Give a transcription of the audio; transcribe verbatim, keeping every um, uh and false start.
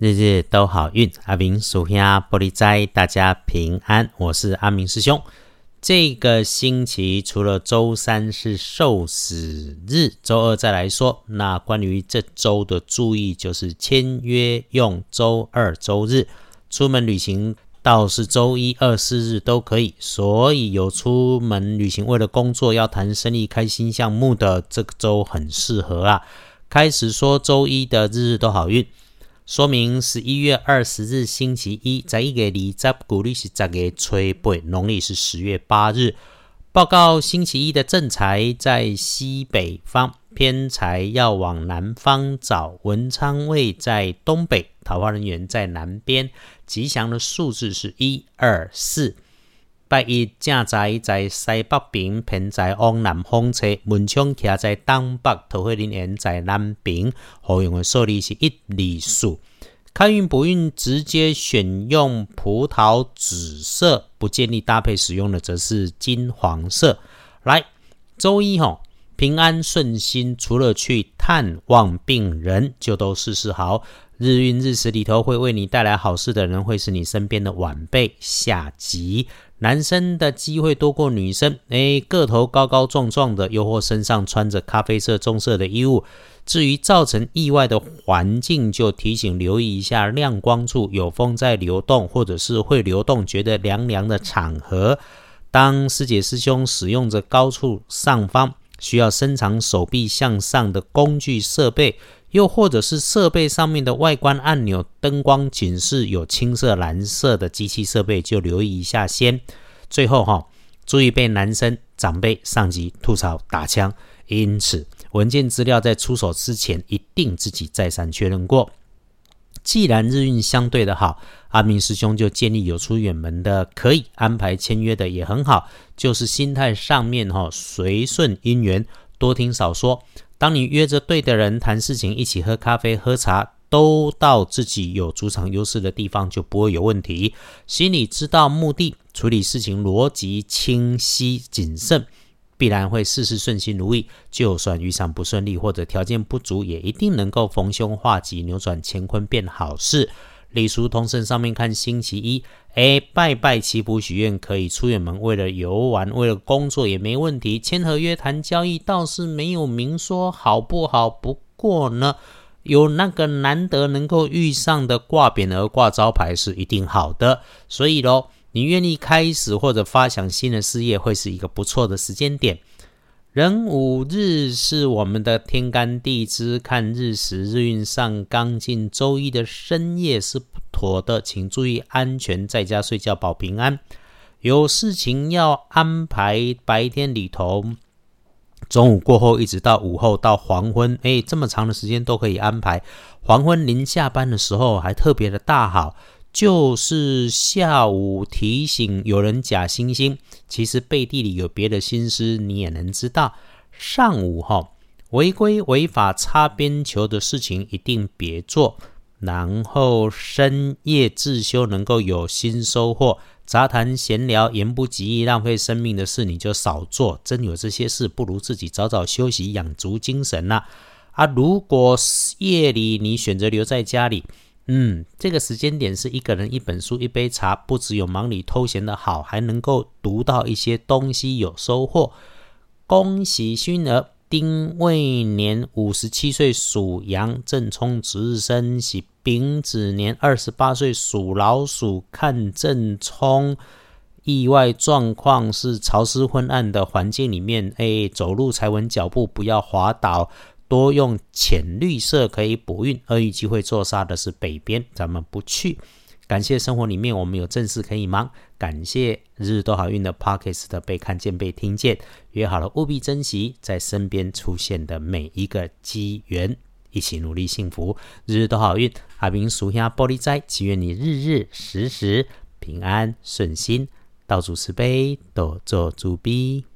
日日都好运，阿明属兄玻璃斋，大家平安，我是阿明师兄。这个星期除了周三是受死日，周二再来说。那关于这周的注意，就是签约用周二周日，出门旅行倒是周一二四日都可以，所以有出门旅行为了工作要谈生意开新项目的，这个周很适合啊。开始说周一的日日都好运，说明十一月二十日星期一，十一月二十，古历是十月初八，农历是十月八日。报告星期一的正财在西北方，偏财要往南方找，文昌位在东北，桃花人缘在南边，吉祥的数字是一二四。拜一正财在西北边，偏财往南方车，文昌徛在东北，桃花人缘在南边，好用的数字是一二四。开运补运直接选用葡萄紫色，不建议搭配使用的则是金黄色。来，周一吼，平安顺心，除了去探望病人，就都事事好。日运日时里头会为你带来好事的人，会是你身边的晚辈下级。男生的机会多过女生，诶，个头高高壮壮的，又或身上穿着咖啡色、棕色的衣物。至于造成意外的环境，就提醒留意一下亮光处有风在流动，或者是会流动觉得凉凉的场合。当师姐师兄使用着高处上方需要伸长手臂向上的工具设备，又或者是设备上面的外观按钮、灯光警示有青色、蓝色的机器设备，就留意一下先。最后、哦、注意被男生、长辈、上级吐槽打枪，因此文件资料在出手之前一定自己再三确认过。既然日运相对的好，阿明师兄就建议有出远门的可以安排签约的也很好，就是心态上面、哦、随顺因缘，多听少说。当你约着对的人谈事情，一起喝咖啡喝茶，都到自己有主场优势的地方，就不会有问题。心里知道目的，处理事情逻辑清晰谨慎，必然会事事顺心如意。就算遇上不顺利或者条件不足，也一定能够逢凶化吉，扭转乾坤变好事。隶书通胜上面看星期一，诶，拜拜祈福许愿可以，出远门为了游玩为了工作也没问题。签合约谈交易倒是没有明说好不好，不过呢有那个难得能够遇上的挂匾额挂招牌是一定好的，所以咯你愿意开始或者发想新的事业，会是一个不错的时间点。壬午日是我们的天干地支，看日时日运上刚进周一的深夜是不妥的，请注意安全，在家睡觉保平安。有事情要安排，白天里头中午过后一直到午后到黄昏，诶，这么长的时间都可以安排。黄昏临下班的时候还特别的大好，就是下午提醒有人假惺惺，其实背地里有别的心思，你也能知道。上午、哦、违规违法擦边球的事情一定别做，然后深夜自修能够有新收获。杂谈闲聊言不及义浪费生命的事你就少做，真有这些事不如自己早早休息养足精神啊。啊，如果夜里你选择留在家里，嗯，这个时间点是一个人一本书一杯茶，不只有忙里偷闲的好，还能够读到一些东西有收获。恭喜勋儿丁未年五十七岁属羊，正冲值日生，喜丙子年二十八岁属老鼠，看正冲。意外状况是潮湿昏暗的环境里面，诶，走路踩稳脚步，不要滑倒。多用浅绿色可以补运，厄运机会坐煞的是北边，咱们不去。感谢生活里面我们有正事可以忙，感谢日日都好运的 Podcast 的被看见被听见，约好了务必珍惜在身边出现的每一个机缘，一起努力幸福，日日都好运。阿明属下玻璃斋，祈愿你日日时时平安顺心，道主慈悲，多做主逼。